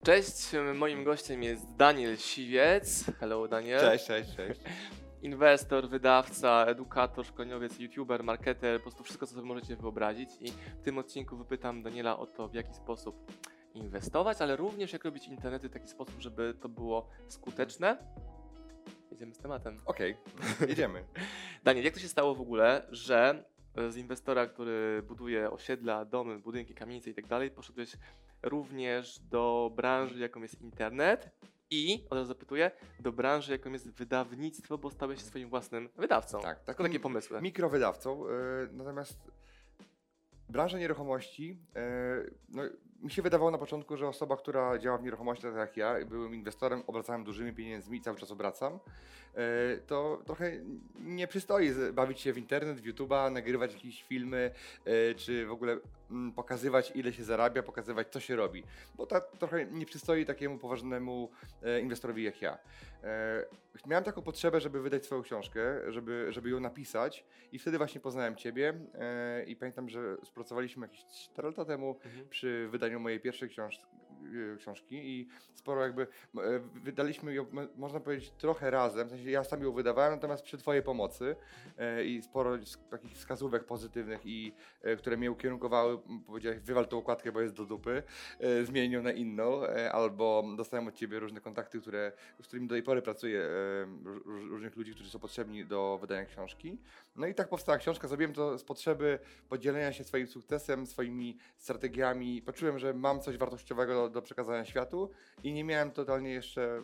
Cześć, moim gościem jest Daniel Siwiec. Hello Daniel. Cześć. Inwestor, wydawca, edukator, szkoleniowiec, youtuber, marketer, po prostu wszystko, co sobie możecie wyobrazić. I w tym odcinku wypytam Daniela o to, w jaki sposób inwestować, ale również jak robić internety w taki sposób, żeby to było skuteczne. Jedziemy z tematem. Okej, jedziemy. Daniel, jak to się stało w ogóle, że z inwestora, który buduje osiedla, domy, budynki, kamienice i tak dalej, poszedłeś również do branży, jaką jest internet i, od razu zapytuję, do branży, jaką jest wydawnictwo, bo stałeś się swoim własnym wydawcą. Tak, Tylko takie pomysły. Mikrowydawcą, natomiast branża nieruchomości, no, mi się wydawało na początku, że osoba, która działa w nieruchomościach tak jak ja, byłem inwestorem, obracałem dużymi pieniędzmi, cały czas obracam, to trochę nie przystoi bawić się w internet, w YouTube'a, nagrywać jakieś filmy, czy w ogóle pokazywać, ile się zarabia, pokazywać, co się robi, bo to trochę nie przystoi takiemu poważnemu inwestorowi jak ja. Miałem taką potrzebę, żeby wydać swoją książkę, żeby ją napisać i wtedy właśnie poznałem Ciebie i pamiętam, że współpracowaliśmy jakieś 4 lata temu przy wydaniu mojej pierwszej książki i sporo jakby wydaliśmy ją, można powiedzieć, trochę razem, w sensie ja sam ją wydawałem, natomiast przy Twojej pomocy i sporo takich wskazówek pozytywnych i które mnie ukierunkowały, powiedziałeś, wywal tą okładkę, bo jest do dupy, zmień ją na inną, albo dostałem od Ciebie różne kontakty, z którymi do tej pory pracuję, różnych ludzi, którzy są potrzebni do wydania książki. No i tak powstała książka, zrobiłem to z potrzeby podzielenia się swoim sukcesem, swoimi strategiami. Poczułem, że mam coś wartościowego do przekazania światu i nie miałem totalnie jeszcze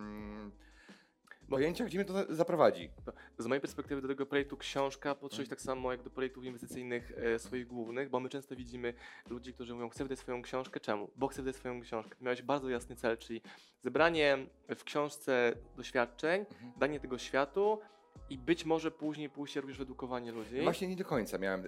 pojęcia, gdzie mnie to zaprowadzi. Z mojej perspektywy do tego projektu książka podszedłeś tak samo jak do projektów inwestycyjnych swoich głównych, bo my często widzimy ludzi, którzy mówią, chcę wydać swoją książkę. Czemu? Bo chcę wydać swoją książkę. Miałeś bardzo jasny cel, czyli zebranie w książce doświadczeń, danie tego światu i być może później pójście również w edukowanie ludzi. Właśnie nie do końca miałem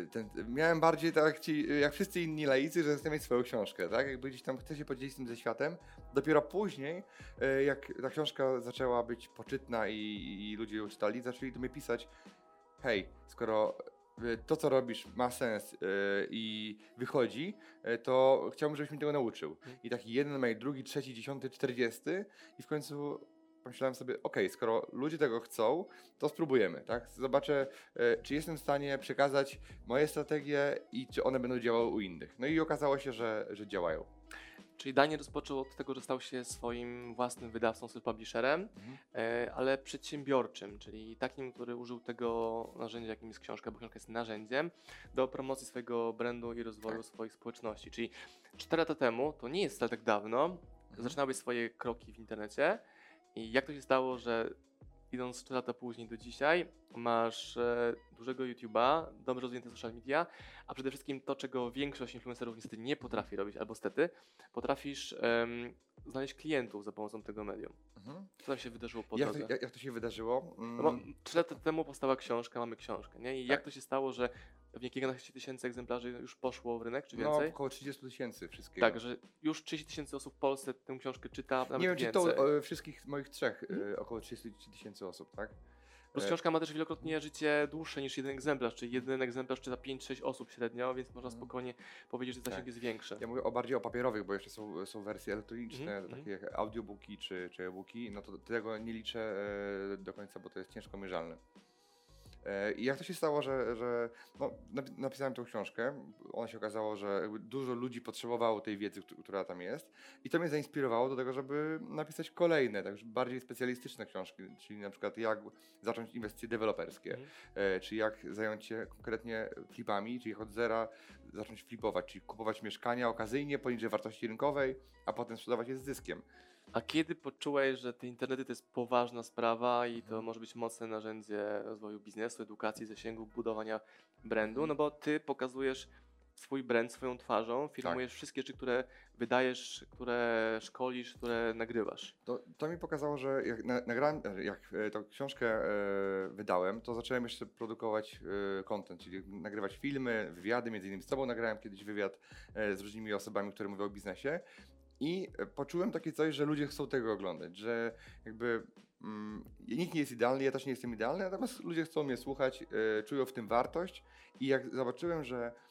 miałem bardziej tak jak wszyscy inni laicy, że chcę mieć swoją książkę, tak? Jakby gdzieś tam chcę się podzielić tym ze światem. Dopiero później, jak ta książka zaczęła być poczytna i ludzie ją czytali, zaczęli do mnie pisać: hej, skoro to, co robisz, ma sens i wychodzi, to chciałbym, żebyś mi tego nauczył. I taki jeden mail, drugi, trzeci, 10, 40 i w końcu pomyślałem sobie, okej, skoro ludzie tego chcą, to spróbujemy, tak? Zobaczę, czy jestem w stanie przekazać moje strategie i czy one będą działały u innych. No i okazało się, że działają. Czyli Daniel rozpoczął od tego, że stał się swoim własnym wydawcą, self-publisherem, ale przedsiębiorczym, czyli takim, który użył tego narzędzia, jakim jest książka, bo książka jest narzędziem do promocji swojego brandu i rozwoju swoich społeczności. Czyli 4 lata temu, to nie jest wcale tak dawno, zaczynałeś swoje kroki w internecie i jak to się stało, że idąc 4 lata później do dzisiaj, masz dużego YouTube'a, dobrze rozwinięte social media, a przede wszystkim to, czego większość influencerów niestety nie potrafi robić, albo stety, potrafisz znaleźć klientów za pomocą tego medium. Co tam się wydarzyło po drodze? Jak to się wydarzyło? No bo 3 lata temu powstała książka, mamy książkę, nie? I Tak. jak to się stało, że pewnie kilkanaście tysięcy egzemplarzy już poszło w rynek, czy więcej? No, około 30 000 wszystkiego. Tak, że już 30 000 osób w Polsce tę książkę czyta, nawet nie wiem, więcej. czy to wszystkich moich 3, około 30 000 osób, tak? Plus książka ma też wielokrotnie życie dłuższe niż jeden egzemplarz, czyli jeden egzemplarz czyta 5-6 osób średnio, więc można spokojnie powiedzieć, że zasięg jest większy. Ja mówię bardziej o papierowych, bo jeszcze są wersje elektroniczne, takie jak audiobooki czy e-booki, no to tego nie liczę do końca, bo to jest ciężko mierzalne. I jak to się stało, że napisałem tę książkę, ona się okazało, że jakby dużo ludzi potrzebowało tej wiedzy, która tam jest i to mnie zainspirowało do tego, żeby napisać kolejne, tak bardziej specjalistyczne książki, czyli na przykład jak zacząć inwestycje deweloperskie, czy jak zająć się konkretnie flipami, czyli od zera zacząć flipować, czyli kupować mieszkania okazyjnie poniżej wartości rynkowej, a potem sprzedawać je z zyskiem. A kiedy poczułeś, że te internety to jest poważna sprawa i to może być mocne narzędzie rozwoju biznesu, edukacji, zasięgu, budowania brandu, no bo ty pokazujesz swój brand swoją twarzą, filmujesz wszystkie rzeczy, które wydajesz, które szkolisz, które nagrywasz. To mi pokazało, że jak tą książkę wydałem, to zacząłem jeszcze produkować content, czyli nagrywać filmy, wywiady, między innymi z tobą nagrałem kiedyś wywiad z różnymi osobami, które mówią o biznesie. I poczułem takie coś, że ludzie chcą tego oglądać, że jakby nikt nie jest idealny, ja też nie jestem idealny, natomiast ludzie chcą mnie słuchać, czują w tym wartość i jak zobaczyłem, że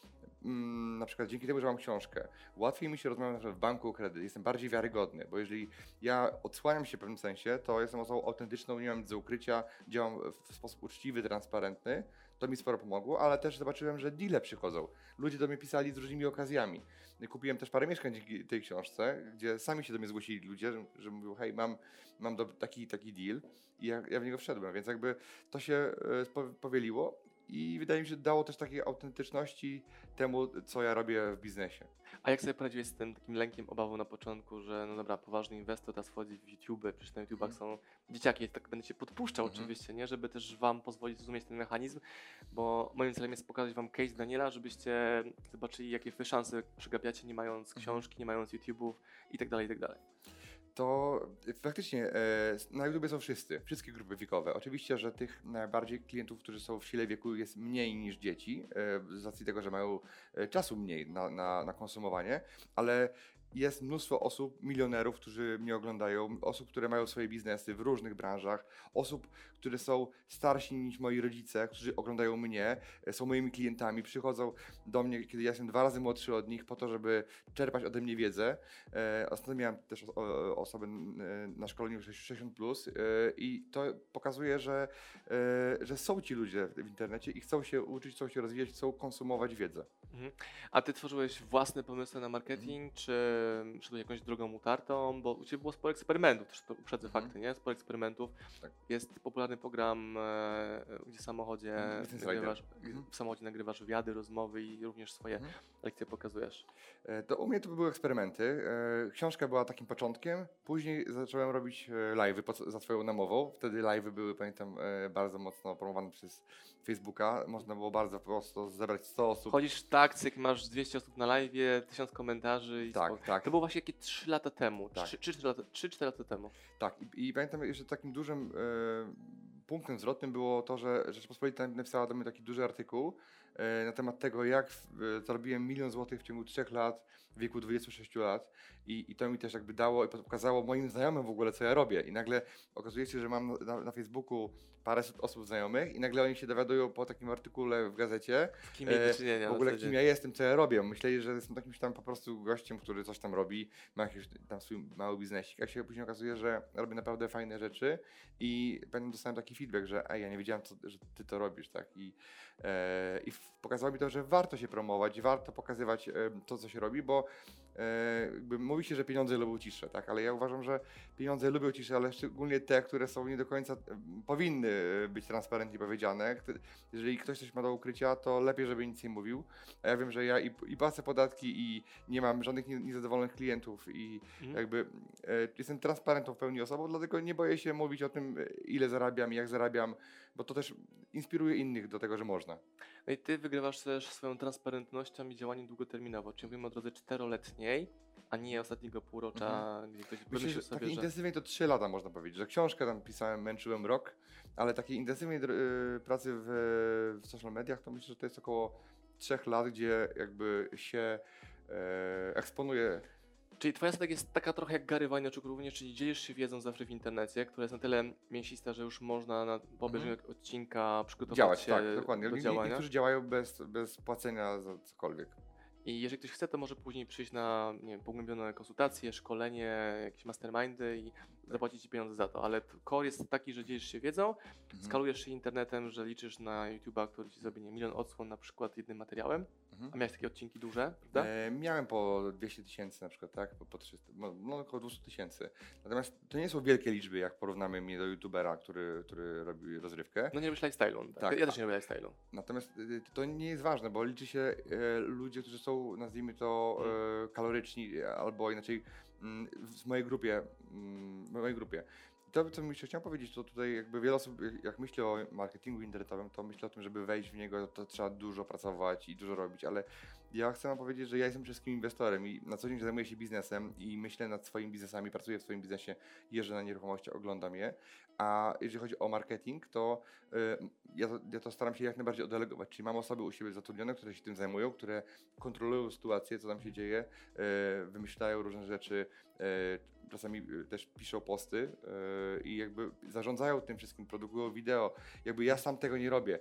na przykład dzięki temu, że mam książkę, łatwiej mi się rozmawiać na przykład w banku o kredyt, jestem bardziej wiarygodny, bo jeżeli ja odsłaniam się w pewnym sensie, to jestem osobą autentyczną, nie mam nic do ukrycia, działam w sposób uczciwy, transparentny, to mi sporo pomogło, ale też zobaczyłem, że deale przychodzą. Ludzie do mnie pisali z różnymi okazjami. Kupiłem też parę mieszkań dzięki tej książce, gdzie sami się do mnie zgłosili ludzie, że mówią, hej, mam taki deal i ja w niego wszedłem, więc jakby to się powieliło i wydaje mi się, że dało też takiej autentyczności temu, co ja robię w biznesie. A jak sobie poradziłeś z tym takim lękiem, obawą na początku, że no dobra, poważny inwestor teraz wchodzi w YouTube, przecież na YouTubach są dzieciaki, tak będę się podpuszczał oczywiście, nie, żeby też wam pozwolić zrozumieć ten mechanizm, bo moim celem jest pokazać wam case Daniela, żebyście zobaczyli, jakie wy szanse przegapiacie, nie mając książki, nie mając YouTube'ów i tak dalej, i tak dalej. To faktycznie na YouTube są wszystkie grupy wiekowe. Oczywiście, że tych najbardziej klientów, którzy są w sile wieku jest mniej niż dzieci, z racji tego, że mają czasu mniej na konsumowanie, ale jest mnóstwo osób, milionerów, którzy mnie oglądają, osób, które mają swoje biznesy w różnych branżach, osób, które są starsi niż moi rodzice, którzy oglądają mnie, są moimi klientami, przychodzą do mnie, kiedy ja jestem 2 razy młodszy od nich, po to, żeby czerpać ode mnie wiedzę. Ostatnio miałem też osoby na szkoleniu 60+, i to pokazuje, że są ci ludzie w internecie i chcą się uczyć, chcą się rozwijać, chcą konsumować wiedzę. A ty tworzyłeś własne pomysły na marketing, czy szedłeś jakąś drogą utartą? Bo u ciebie było sporo eksperymentów, też uprzedzę fakty, nie? Sporo eksperymentów. Tak. Jest popularny program, gdzie w samochodzie nagrywasz wywiady, rozmowy i również swoje lekcje pokazujesz. To u mnie to były eksperymenty. Książka była takim początkiem, później zacząłem robić live'y za swoją namową. Wtedy live'y były, pamiętam, bardzo mocno promowane przez Facebooka. Można było bardzo prosto zebrać 100 osób. Chodzisz tak, cyk, masz 200 osób na live'ie, 1000 komentarzy i Tak. To było właśnie jakieś 3 lata temu, Tak. 3-4 lata temu. Tak, i pamiętam jeszcze takim dużym punktem zwrotnym było to, że Rzeczpospolita napisała do mnie taki duży artykuł na temat tego, jak zarobiłem 1 000 000 złotych w ciągu 3 lat, w wieku 26 lat i to mi też jakby dało i pokazało moim znajomym w ogóle, co ja robię. I nagle okazuje się, że mam na Facebooku paręset osób znajomych i nagle oni się dowiadują po takim artykule w gazecie, Z kim mieli do czynienia w ogóle na kim ja jestem, co ja robię. Myśleli, że jestem takimś tam po prostu gościem, który coś tam robi, ma jakiś tam swój mały biznesik, a się później okazuje, że robię naprawdę fajne rzeczy i pamiętam, dostałem taki feedback, że ja nie wiedziałem, że ty to robisz, tak? I pokazało mi to, że warto się promować, warto pokazywać to, co się robi, bo jakby mówi się, że pieniądze lubią ciszę, tak? Ale ja uważam, że pieniądze lubią ciszę, ale szczególnie te, które są nie do końca powinny być transparentnie powiedziane. Jeżeli ktoś coś ma do ukrycia, to lepiej, żeby nic nie mówił. A ja wiem, że ja i płacę podatki i nie mam żadnych niezadowolonych klientów i jakby jestem transparentną w pełni osobą, dlatego nie boję się mówić o tym, ile zarabiam i jak zarabiam, bo to też inspiruje innych do tego, że można. No i ty wygrywasz też swoją transparentnością i działaniem długoterminowo, czyli mówimy o drodze 4-letniej, a nie ostatniego półrocza, gdzie ktoś Myślę, wymyślił że sobie, takiej że... intensywnej to 3 lata można powiedzieć, że książkę tam pisałem, męczyłem rok, ale takiej intensywnej pracy w social mediach to myślę, że to jest około 3 lat, gdzie jakby się eksponuję. Czyli twoja strategia jest taka trochę jak Gary Vaynerchuk również, czyli dzielisz się wiedzą zawsze w internecie, która jest na tyle mięsista, że już można po obejrzeniu odcinka przygotować Działać, się tak, dokładnie. do działania. Niektórzy działają bez płacenia za cokolwiek. I jeżeli ktoś chce, to może później przyjść na pogłębione konsultacje, szkolenie, jakieś mastermindy i zapłacić ci pieniądze za to. Ale core jest taki, że dzielisz się wiedzą, skalujesz się internetem, że liczysz na YouTube'a, który ci zrobi 1 000 000 odsłon na przykład jednym materiałem. A miałeś takie odcinki duże, prawda? Miałem po 200 000 na przykład, tak? Po 300, no około 200 000. Natomiast to nie są wielkie liczby, jak porównamy mnie do YouTubera, który robi rozrywkę. No nie robisz lifestyle'u. Tak. Ja też nie robię lifestyle'u. Natomiast to nie jest ważne, bo liczy się ludzie, którzy są, nazwijmy to, kaloryczni, albo inaczej w mojej grupie. To, co bym jeszcze chciał powiedzieć, to tutaj jakby wiele osób, jak myśli o marketingu internetowym, to myślę o tym, żeby wejść w niego, to trzeba dużo pracować i dużo robić, ale ja chcę wam powiedzieć, że ja jestem przede wszystkim inwestorem i na co dzień zajmuję się biznesem i myślę nad swoimi biznesami, pracuję w swoim biznesie, jeżdżę na nieruchomości, oglądam je, a jeżeli chodzi o marketing, to ja to staram się jak najbardziej oddelegować, czyli mam osoby u siebie zatrudnione, które się tym zajmują, które kontrolują sytuację, co tam się dzieje, wymyślają różne rzeczy, czasami też piszą posty i jakby zarządzają tym wszystkim, produkują wideo. Jakby ja sam tego nie robię.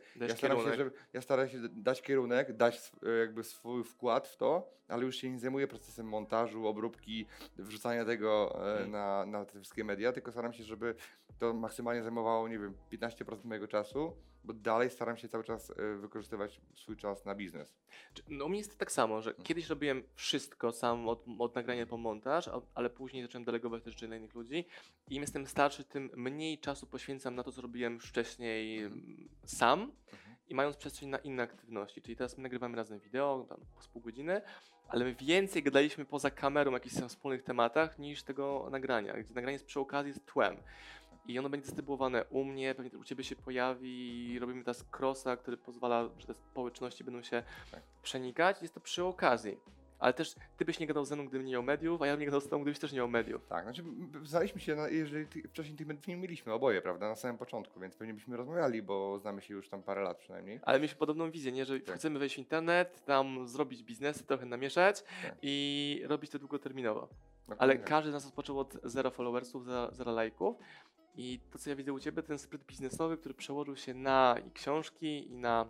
Ja staram się dać kierunek, dać jakby swój wkład w to, ale już się nie zajmuję procesem montażu, obróbki, wrzucania tego na te wszystkie media, tylko staram się, żeby to maksymalnie zajmowało, nie wiem, 15% mojego czasu, bo dalej staram się cały czas wykorzystywać swój czas na biznes. No u mnie jest tak samo, że kiedyś robiłem wszystko sam od nagrania po montaż, ale później zacząłem delegować te rzeczy dla innych ludzi. I im jestem starszy, tym mniej czasu poświęcam na to, co robiłem już wcześniej sam i mając przestrzeń na inne aktywności. Czyli teraz my nagrywamy razem wideo, tam po pół godziny, ale my więcej gadaliśmy poza kamerą o jakichś tam wspólnych tematach niż tego nagrania, gdzie nagranie jest przy okazji jest tłem. I ono będzie dystrybuowane u mnie, pewnie u Ciebie się pojawi i robimy teraz crossa, który pozwala, że te społeczności będą się przenikać. Jest to przy okazji. Ale też Ty byś nie gadał ze mną, gdybym nie miał mediów, a ja bym nie gadał z Tobą, gdybyś też nie miał mediów. Tak, znaczy znaliśmy się, jeżeli wcześniej tych mediów nie mieliśmy oboje, prawda, na samym początku, więc pewnie byśmy rozmawiali, bo znamy się już tam parę lat przynajmniej. Ale mieliśmy podobną wizję, nie? Że chcemy wejść w internet, tam zrobić biznesy, trochę namieszać i robić to długoterminowo. Ale każdy z nas rozpoczął od 0 followersów, 0 lajków. I to, co ja widzę u Ciebie, ten spryt biznesowy, który przełożył się na i książki, i na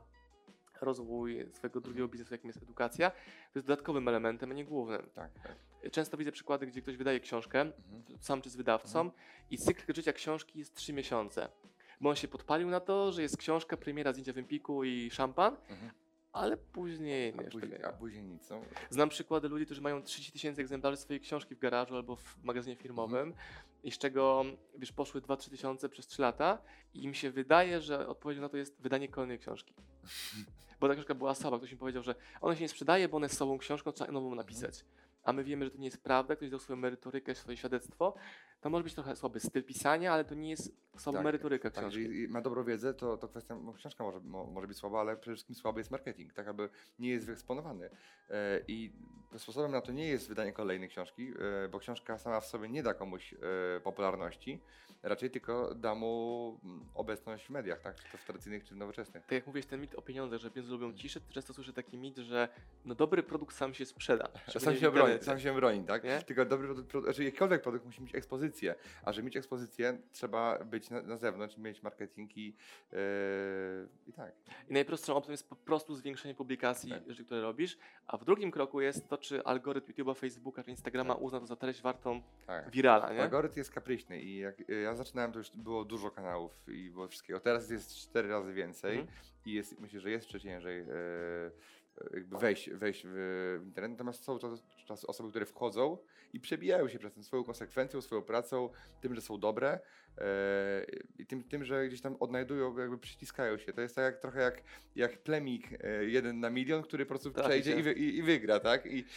rozwój swojego drugiego biznesu, jakim jest edukacja, to jest dodatkowym elementem, a nie głównym. Tak. Często widzę przykłady, gdzie ktoś wydaje książkę, sam czy z wydawcą, i cykl życia książki jest 3 miesiące. Bo on się podpalił na to, że jest książka, premiera, zdjęcia w Empiku i szampan, ale później później nic. No. Znam przykłady ludzi, którzy mają 30 000 egzemplarzy swojej książki w garażu albo w magazynie firmowym i z czego, wiesz, poszły 2-3 tysiące przez 3 lata i im się wydaje, że odpowiedzią na to jest wydanie kolejnej książki. Bo ta książka była słaba, ktoś mi powiedział, że ona się nie sprzedaje, bo ona jest słabą książką, trzeba nową napisać. A my wiemy, że to nie jest prawda, ktoś dał swoją merytorykę, swoje świadectwo. To może być trochę słaby styl pisania, ale to nie jest słaba merytoryka książki. Tak, jeżeli ma dobrą wiedzę, to kwestia, książka może być słaba, ale przede wszystkim słaby jest marketing, tak aby nie jest wyeksponowany. I sposobem na to nie jest wydanie kolejnej książki, bo książka sama w sobie nie da komuś popularności, raczej tylko da mu obecność w mediach, tak? Czy to w tradycyjnych, czy w nowoczesnych. Tak jak mówisz, ten mit o pieniądzach, że pieniądze lubią ciszę, to często słyszę taki mit, że no dobry produkt sam się sprzeda. Sam się broni, tak? Nie? Tylko dobry produkt, znaczy jakikolwiek produkt musi mieć ekspozycję, a żeby mieć ekspozycję, trzeba być na zewnątrz, mieć marketing i tak. I najprostszą opcją jest po prostu zwiększenie publikacji, rzeczy, które robisz, a w drugim kroku jest to, czy algorytm YouTube'a, Facebooka czy Instagrama uzna to za treść wartą wirala, nie? Algorytm jest kapryśny i jak ja zaczynałem, to już było dużo kanałów i było wszystkiego. Teraz jest 4 razy więcej i myślę, że jest jeszcze ciężej jakby wejść w internet, natomiast są czas osoby, które wchodzą i przebijają się przez ten swoją konsekwencją, swoją pracą, tym, że są dobre i tym, że gdzieś tam odnajdują, jakby przyciskają się. To jest tak trochę jak plemik 1 na 1 000 000, który po prostu przejdzie i wygra, tak? I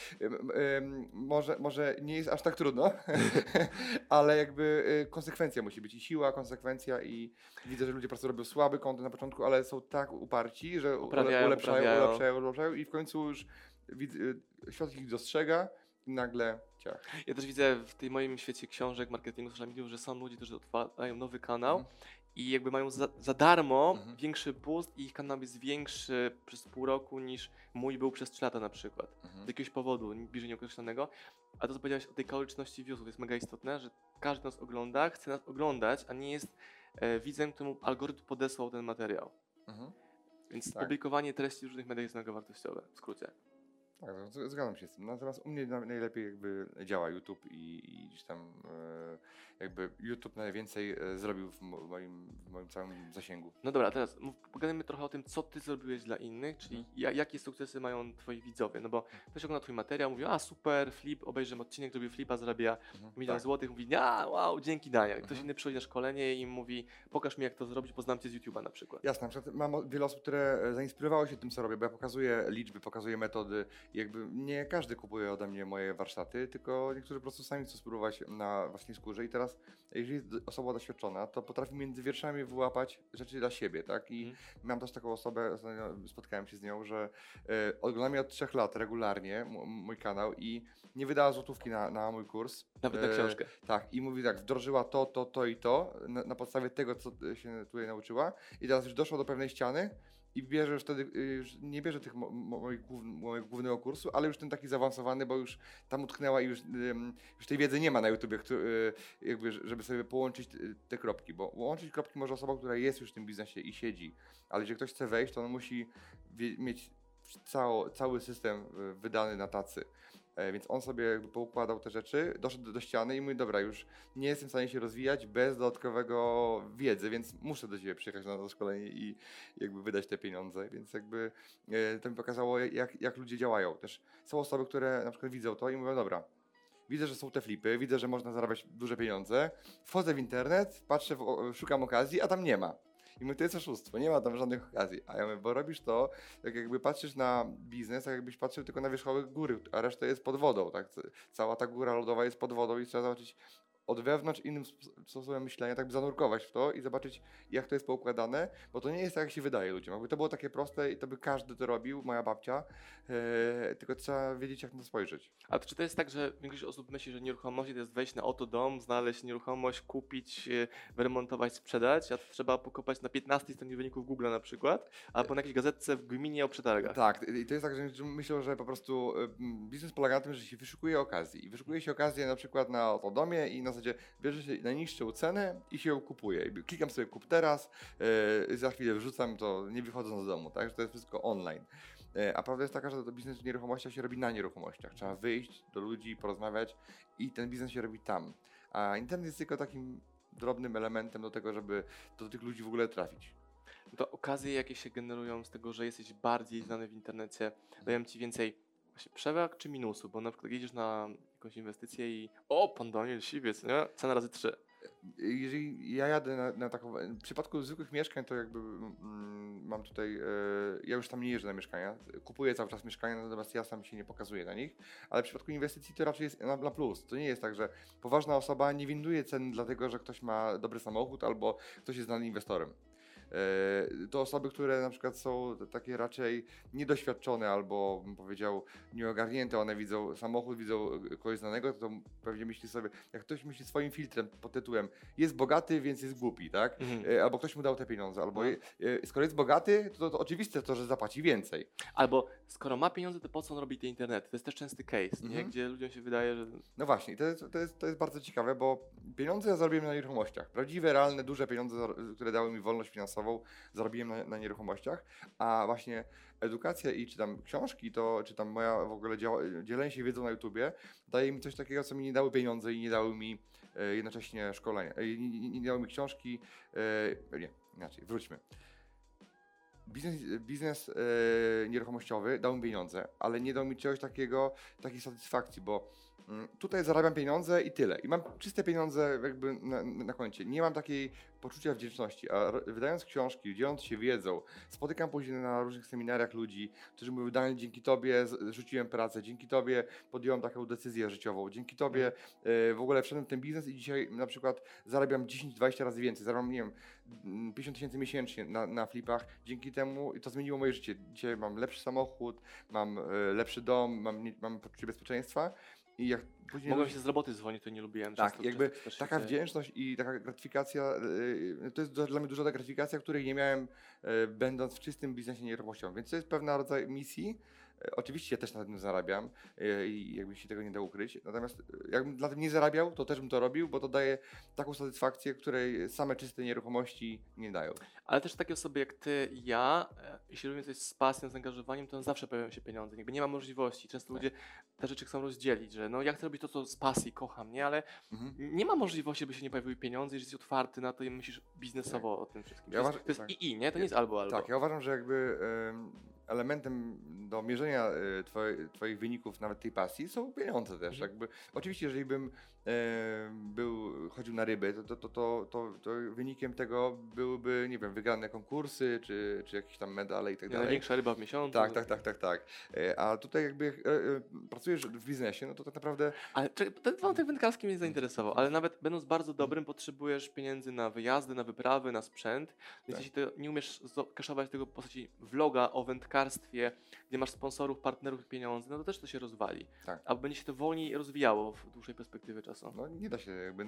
może nie jest aż tak trudno, ale jakby konsekwencja musi być i siła, konsekwencja i widzę, że ludzie po prostu robią słaby content na początku, ale są tak uparci, że ulepszają i w końcu już świat ich dostrzega i nagle ciach. Ja też widzę w tej moim świecie książek, marketingu, social mediów, że są ludzie, którzy otwierają nowy kanał i jakby mają za darmo większy boost i ich kanał jest większy przez pół roku niż mój był przez 3 lata na przykład. Z jakiegoś powodu, bliżej nieokreślonego. A to, co powiedziałeś o tej kaloryczności viewsów, jest mega istotne, że każdy nas ogląda, chce nas oglądać, a nie jest widzem, któremu algorytm podesłał ten materiał. Więc publikowanie treści w różnych mediach jest mega wartościowe, w skrócie. Tak, zgadzam się z tym. Natomiast u mnie najlepiej jakby działa YouTube i gdzieś tam jakby YouTube najwięcej zrobił w moim całym zasięgu. No dobra, teraz pogadajmy trochę o tym, co ty zrobiłeś dla innych, czyli jakie sukcesy mają twoi widzowie, no bo ktoś ogląda twój materiał, mówi, a super, flip, obejrzę odcinek, zrobił flipa, zarabia 1 000 000 złotych, mówi, a wow, dzięki Daniel. Ktoś inny przychodzi na szkolenie i mówi, pokaż mi jak to zrobić, bo znam cię z YouTube'a na przykład. Jasne, na przykład mam wiele osób, które zainspirowało się tym, co robię, bo ja pokazuję liczby, pokazuję metody. Jakby nie każdy kupuje ode mnie moje warsztaty, tylko niektórzy po prostu sami chcą spróbować na własnej skórze i teraz, jeżeli jest osoba doświadczona, to potrafi między wierszami wyłapać rzeczy dla siebie, tak? I mam też taką osobę, spotkałem się z nią, że ogląda mnie od 3 lat regularnie mój kanał i nie wydała złotówki na mój kurs. Nawet na książkę. Tak, i mówi tak, wdrożyła to i to na podstawie tego, co się tutaj nauczyła i teraz już doszła do pewnej ściany i bierze już wtedy, już nie bierze tych mojego głównego kursu, ale już ten taki zaawansowany, bo już tam utknęła i już tej wiedzy nie ma na YouTubie, jakby, żeby sobie połączyć te kropki, bo łączyć kropki może osoba, która jest już w tym biznesie i siedzi, ale jeżeli ktoś chce wejść, to on musi mieć cały system wydany na tacy. Więc on sobie jakby poukładał te rzeczy, doszedł do ściany i mówi, dobra, już nie jestem w stanie się rozwijać bez dodatkowego wiedzy, więc muszę do ciebie przyjechać na to szkolenie i jakby wydać te pieniądze, więc jakby to mi pokazało, jak ludzie działają. Też są osoby, które na przykład widzą to i mówią, dobra, widzę, że są te flipy, widzę, że można zarabiać duże pieniądze, wchodzę w internet, patrzę, szukam okazji, a tam nie ma. I mówię, to jest oszustwo, nie ma tam żadnych okazji. A ja mówię, bo robisz to, tak jakby patrzysz na biznes, tak jakbyś patrzył tylko na wierzchołek góry, a reszta jest pod wodą, tak? Cała ta góra lodowa jest pod wodą i trzeba zobaczyć od wewnątrz innym sposobem myślenia, tak by zanurkować w to i zobaczyć, jak to jest poukładane, bo to nie jest tak, jak się wydaje ludziom. Jakby to było takie proste i to by każdy to robił, moja babcia, tylko trzeba wiedzieć, jak na to spojrzeć. A czy to jest tak, że większość osób myśli, że nieruchomość to jest wejść na oto dom, znaleźć nieruchomość, kupić, wyremontować, sprzedać, a to trzeba pokopać na 15 stronie wyników Google na przykład, albo na jakiejś gazetce w gminie o przetargach. Tak, i to jest tak, że myślą, że po prostu biznes polega na tym, że się wyszukuje okazji. I wyszukuje się okazję na przykład na oto domie i na zasadzie bierze się najniższą cenę i się ją kupuje. I klikam sobie kup teraz, za chwilę wrzucam to, nie wychodząc z domu, tak? Że to jest wszystko online. A prawda jest taka, że to biznes w nieruchomościach się robi na nieruchomościach. Trzeba wyjść do ludzi, porozmawiać i ten biznes się robi tam. A internet jest tylko takim drobnym elementem do tego, żeby do tych ludzi w ogóle trafić. To okazje, jakie się generują z tego, że jesteś bardziej znany w internecie, dają ci więcej właśnie przewag czy minusu, bo na przykład jedziesz na jakąś inwestycję i pan Daniel Siwiec, nie? Cena razy 3. Jeżeli ja jadę na taką, w przypadku zwykłych mieszkań to jakby mam tutaj, ja już tam nie jeżdżę na mieszkania, kupuję cały czas mieszkania, natomiast ja sam się nie pokazuję na nich, ale w przypadku inwestycji to raczej jest na plus. To nie jest tak, że poważna osoba nie winduje cen dlatego, że ktoś ma dobry samochód albo ktoś jest znanym inwestorem. To osoby, które na przykład są takie raczej niedoświadczone albo bym powiedział nieogarnięte, one widzą samochód, widzą kogoś znanego, to pewnie myśli sobie, jak ktoś myśli swoim filtrem pod tytułem jest bogaty, więc jest głupi, tak? Albo ktoś mu dał te pieniądze, albo skoro jest bogaty, to oczywiste to, że zapłaci więcej. Albo skoro ma pieniądze, to po co on robi te internety? To jest też częsty case, nie? Gdzie ludziom się wydaje, że... No właśnie, to jest bardzo ciekawe, bo pieniądze ja zarobiłem na nieruchomościach. Prawdziwe, realne, duże pieniądze, które dały mi wolność finansową, zarobiłem na nieruchomościach, a właśnie edukacja i czy tam książki, czy tam moja w ogóle dzielenie się wiedzą na YouTubie daje mi coś takiego, co mi nie dały pieniądze i nie dały mi jednocześnie szkolenia, nie dały mi książki, nie, inaczej, wróćmy. Biznes nieruchomościowy dał mi pieniądze, ale nie dał mi czegoś takiej satysfakcji, bo tutaj zarabiam pieniądze i tyle. I mam czyste pieniądze jakby na koncie. Nie mam takiej poczucia wdzięczności, a wydając książki, dzieląc się wiedzą, spotykam później na różnych seminariach ludzi, którzy mówią, Daniel, dzięki Tobie rzuciłem pracę, dzięki Tobie podjąłem taką decyzję życiową, dzięki Tobie w ogóle wszedłem w ten biznes i dzisiaj na przykład zarabiam 10-20 razy więcej, zarabiam, nie wiem, 50 000 miesięcznie na flipach, dzięki temu i to zmieniło moje życie. Dzisiaj mam lepszy samochód, mam lepszy dom, mam poczucie bezpieczeństwa. I jak później Mogłem się z roboty dzwonić, to nie lubiłem. Tak, jakby taka wdzięczność i taka gratyfikacja, to jest dla mnie duża ta gratyfikacja, której nie miałem będąc w czystym biznesie nieruchomościowym, więc to jest pewna rodzaj misji. Oczywiście ja też na tym zarabiam i jakby się tego nie da ukryć, natomiast jakbym na tym nie zarabiał, to też bym to robił, bo to daje taką satysfakcję, której same czyste nieruchomości nie dają. Ale też takie osoby jak ty i ja, jeśli robimy coś z pasją, z zaangażowaniem, to zawsze pojawiają się pieniądze. Jakby nie ma możliwości. Często ludzie te rzeczy chcą rozdzielić, że no ja chcę robić to, co z pasji kocham, nie? Ale nie ma możliwości, by się nie pojawiły pieniądze, jeżeli jesteś otwarty na to i myślisz biznesowo o tym wszystkim. Ja to jest i, nie? To nie jest albo. Tak, ja uważam, że jakby elementem do mierzenia twoich wyników, nawet tej pasji, są pieniądze też. Jakby, oczywiście, jeżeli bym chodził na ryby, to wynikiem tego byłyby, nie wiem, wygrane konkursy, czy jakieś tam medale i tak dalej. Największa ryba w miesiącu. Tak. A tutaj jakby pracujesz w biznesie, no to tak naprawdę... Ale ten wątek wędkarski mnie zainteresował, ale nawet będąc bardzo dobrym, potrzebujesz pieniędzy na wyjazdy, na wyprawy, na sprzęt, więc jeśli to nie umiesz kaszować tego w postaci vloga o wędkarstwie, gdzie masz sponsorów, partnerów i pieniądze, no to też to się rozwali. Tak. A będzie się to wolniej rozwijało w dłuższej perspektywie czasu. No nie da się, jakby na sucho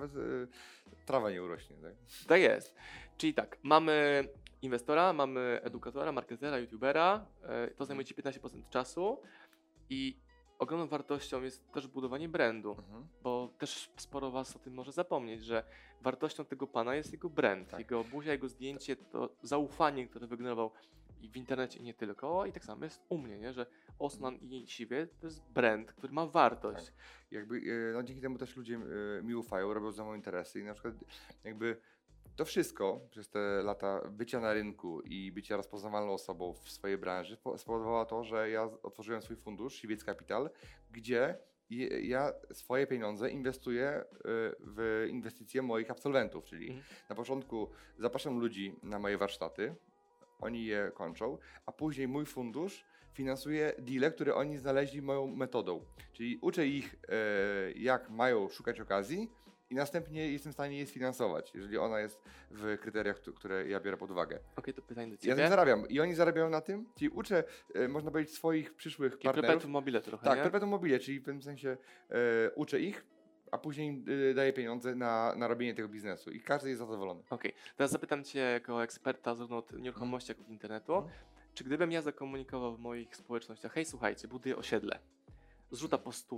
nawet trawa nie urośnie. Tak? Tak jest. Czyli tak, mamy inwestora, mamy edukatora, marketera, youtubera, to zajmuje ci 15% czasu i ogromną wartością jest też budowanie brandu, bo też sporo was o tym może zapomnieć, że wartością tego pana jest jego brand, Tak. jego buzia, jego zdjęcie, to zaufanie, które wygenerował i w internecie i nie tylko, i tak samo jest u mnie, nie? Że Osman i Siwie to jest brand, który ma wartość. Tak. Jakby, no dzięki temu też ludzie mi ufają, robią ze mną interesy i na przykład jakby to wszystko przez te lata bycia na rynku i bycia rozpoznawalną osobą w swojej branży spowodowało to, że ja otworzyłem swój fundusz Siwiec Capital, gdzie ja swoje pieniądze inwestuję w inwestycje moich absolwentów, czyli na początku zapraszam ludzi na moje warsztaty, oni je kończą, a później mój fundusz finansuje deale, które oni znaleźli moją metodą. Czyli uczę ich, jak mają szukać okazji i następnie jestem w stanie je sfinansować, jeżeli ona jest w kryteriach, które ja biorę pod uwagę. Okej, to pytanie do Ja ciebie. tym zarabiam i oni zarabiają na tym, czyli uczę, można powiedzieć, swoich przyszłych Takie partnerów. perpetuum mobile trochę, Tak, nie? perpetuum mobile, czyli w pewnym sensie uczę ich, a później im daję pieniądze na robienie tego biznesu i każdy jest zadowolony. Okej, teraz zapytam cię jako eksperta zarówno od nieruchomości, jak i od internetu, czy gdybym ja zakomunikował w moich społecznościach, hej słuchajcie, buduję osiedle, zrzuta po 100,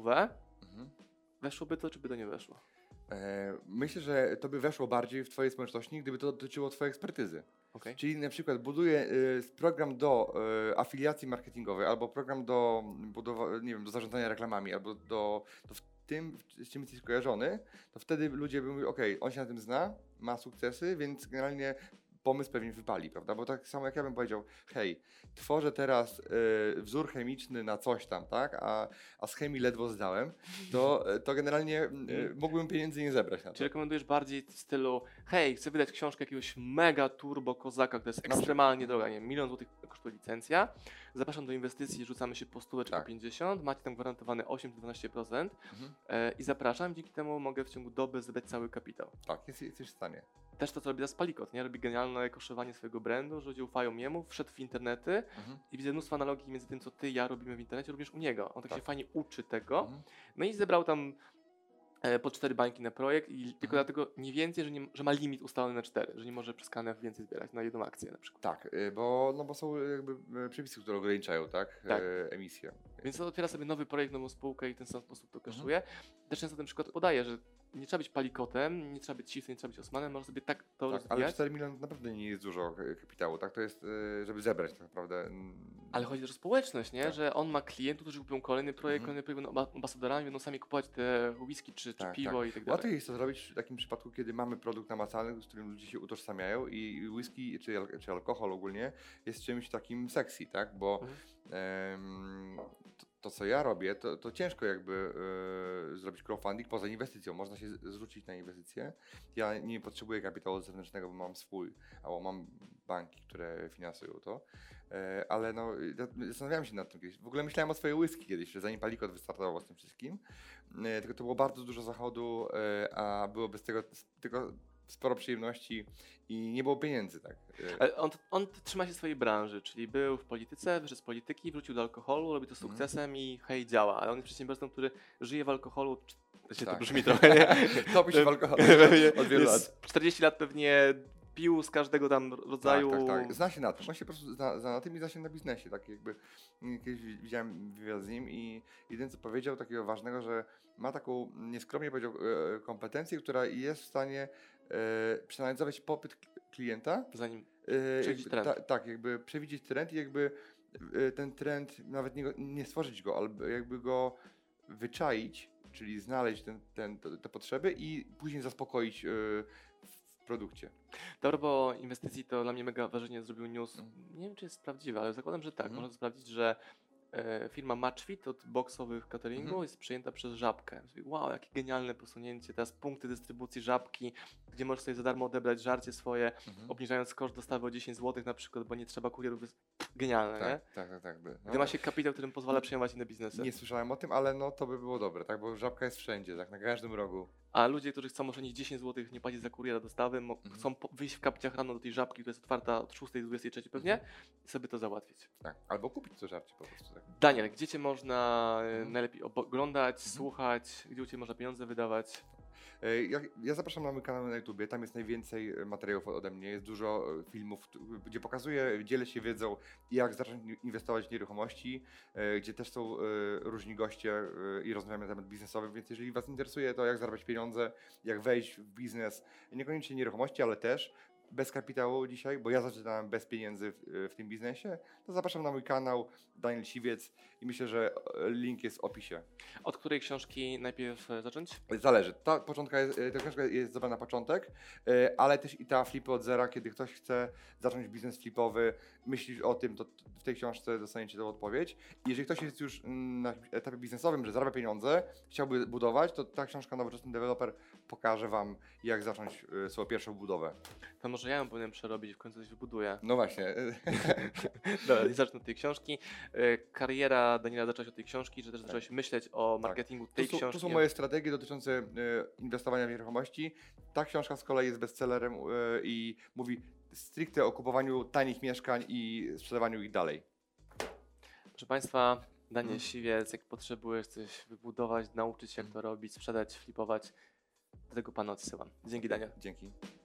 weszłoby to, czy by to nie weszło? Myślę, że to by weszło bardziej w Twojej społeczności, gdyby to dotyczyło Twojej ekspertyzy. Okay. Czyli na przykład buduję program do afiliacji marketingowej albo program do do zarządzania reklamami albo do w tym, z czym jesteś kojarzony, to wtedy ludzie by mówili, okej, on się na tym zna, ma sukcesy, więc generalnie pomysł pewnie wypali, prawda? Bo tak samo jak ja bym powiedział, hej, tworzę teraz wzór chemiczny na coś tam, tak? A z chemii ledwo zdałem, to generalnie mógłbym pieniędzy nie zebrać na to. Czy rekomendujesz bardziej w stylu, hej, chcę wydać książkę jakiegoś mega turbo kozaka, która jest ekstremalnie droga, nie wiem, 1 000 000 złotych kosztuje licencja, zapraszam do inwestycji, rzucamy się po 100 czy po 50, macie tam gwarantowane 8-12% i zapraszam, dzięki temu mogę w ciągu doby zebrać cały kapitał. Tak, jesteś w stanie. Też to, co robi Spalikot, nie? Robi genialne koszowanie swojego brandu, że ludzie ufają jemu, wszedł w internety i widzę mnóstwo analogii między tym, co ty, ja robimy w internecie, również u niego. On tak się fajnie uczy tego. No i zebrał tam po 4 bańki na projekt i tylko dlatego nie więcej, że ma limit ustalony na 4, że nie może przez KNF więcej zbierać na jedną akcję na przykład. Tak, bo są jakby przepisy, które ograniczają, tak? Emisję. Więc to otwiera sobie nowy projekt, nową spółkę i w ten sam sposób to kaszuje. Też często ten przykład podaję, że nie trzeba być Palikotem, nie trzeba być Chiefem, nie trzeba być Osmanem, można sobie tak to rozwijać. Ale 4 miliony naprawdę nie jest dużo kapitału, tak? To jest, żeby zebrać tak naprawdę. Ale chodzi też o społeczność, nie? Tak. Że on ma klientów, którzy kupują kolejny projekt będą ambasadorami, będą sami kupować te whisky czy piwo i tak dalej. Łatwiej jest to zrobić w takim przypadku, kiedy mamy produkt namacalny, z którym ludzie się utożsamiają i whisky czy alkohol ogólnie jest czymś takim sexy, tak? Bo to, co ja robię, to ciężko jakby zrobić crowdfunding poza inwestycją. Można się zrzucić na inwestycje. Ja nie potrzebuję kapitału zewnętrznego, bo mam swój, albo mam banki, które finansują to. Ale no, zastanawiałem się nad tym kiedyś. W ogóle myślałem o swojej whisky kiedyś, że zanim Palikot wystartował z tym wszystkim. Tylko to było bardzo dużo zachodu, a byłoby z tego tylko sporo przyjemności i nie było pieniędzy, tak. Ale on trzyma się swojej branży, czyli był w polityce, wyszedł z polityki, wrócił do alkoholu, robi to z sukcesem i hej, działa. Ale on jest przedsiębiorcą, który żyje w alkoholu. To brzmi trochę, nie? Topi się w alkoholu od wielu lat. 40 lat pewnie pił z każdego tam rodzaju. Tak. Zna się na tym. On się po prostu zna na tym i zna się na biznesie. Tak jakby kiedyś widziałem wywiad z nim i jedyne co powiedział takiego ważnego, że ma taką, nieskromnie powiedział, kompetencję, która jest w stanie przeanalizować popyt klienta. Zanim przewidzieć trend. Tak, jakby przewidzieć trend i jakby ten trend, nawet nie stworzyć go, ale jakby go wyczaić, czyli znaleźć te potrzeby i później zaspokoić w produkcie. Dobra, bo inwestycji to dla mnie mega wrażenie zrobił news. Nie wiem, czy jest prawdziwe, ale zakładam, że tak. Można sprawdzić, że firma Matchfit od boksowych cateringu jest przejęta przez Żabkę. Wow, jakie genialne posunięcie. Teraz punkty dystrybucji Żabki, gdzie możesz sobie za darmo odebrać żarcie swoje, obniżając koszt dostawy o 10 zł na przykład, bo nie trzeba kurierów. To jest genialne, nie? Tak. Gdy ma się kapitał, którym pozwala przejmować inne biznesy. Nie słyszałem o tym, ale no to by było dobre, tak? Bo Żabka jest wszędzie, tak? Na każdym rogu. A ludzie, którzy chcą oszczędzić 10 zł, nie płacić za kuriera dostawy, chcą wyjść w kapciach rano do tej Żabki, która jest otwarta od 6 do 23 pewnie i sobie to załatwić. Tak, albo kupić to żarcie po prostu. Tak. Daniel, gdzie cię można najlepiej oglądać, słuchać, gdzie u ciebie można pieniądze wydawać? Ja zapraszam na mój kanał na YouTubie, tam jest najwięcej materiałów ode mnie, jest dużo filmów, gdzie pokazuję, dzielę się wiedzą, jak zacząć inwestować w nieruchomości, gdzie też są różni goście i rozmawiamy na temat biznesowy, więc jeżeli Was interesuje to, jak zarabiać pieniądze, jak wejść w biznes, niekoniecznie nieruchomości, ale też bez kapitału dzisiaj, bo ja zaczynałem bez pieniędzy w tym biznesie, to zapraszam na mój kanał Daniel Siwiec i myślę, że link jest w opisie. Od której książki najpierw zacząć? Zależy. Ta książka jest dobra na początek, ale też i ta Flipy od zera, kiedy ktoś chce zacząć biznes flipowy, myślisz o tym, to w tej książce dostaniecie tę odpowiedź. I jeżeli ktoś jest już na etapie biznesowym, że zarabia pieniądze, chciałby budować, to ta książka Nowoczesny Deweloper pokaże Wam, jak zacząć swoją pierwszą budowę. To może ja ją powinienem przerobić i w końcu coś wybuduję. No właśnie. Dobra, nie zacznę od tej książki. Kariera Daniela zaczęła się od tej książki, że też zacząłeś myśleć o marketingu tej książki. Tu są moje strategie dotyczące inwestowania w nieruchomości. Ta książka z kolei jest bestsellerem i mówi stricte o kupowaniu tanich mieszkań i sprzedawaniu ich dalej. Proszę Państwa, Daniel Siwiec, jak potrzebujesz coś wybudować, nauczyć się jak to robić, sprzedać, flipować, do tego Pana odsyłam. Dzięki, Daniel. Dzięki.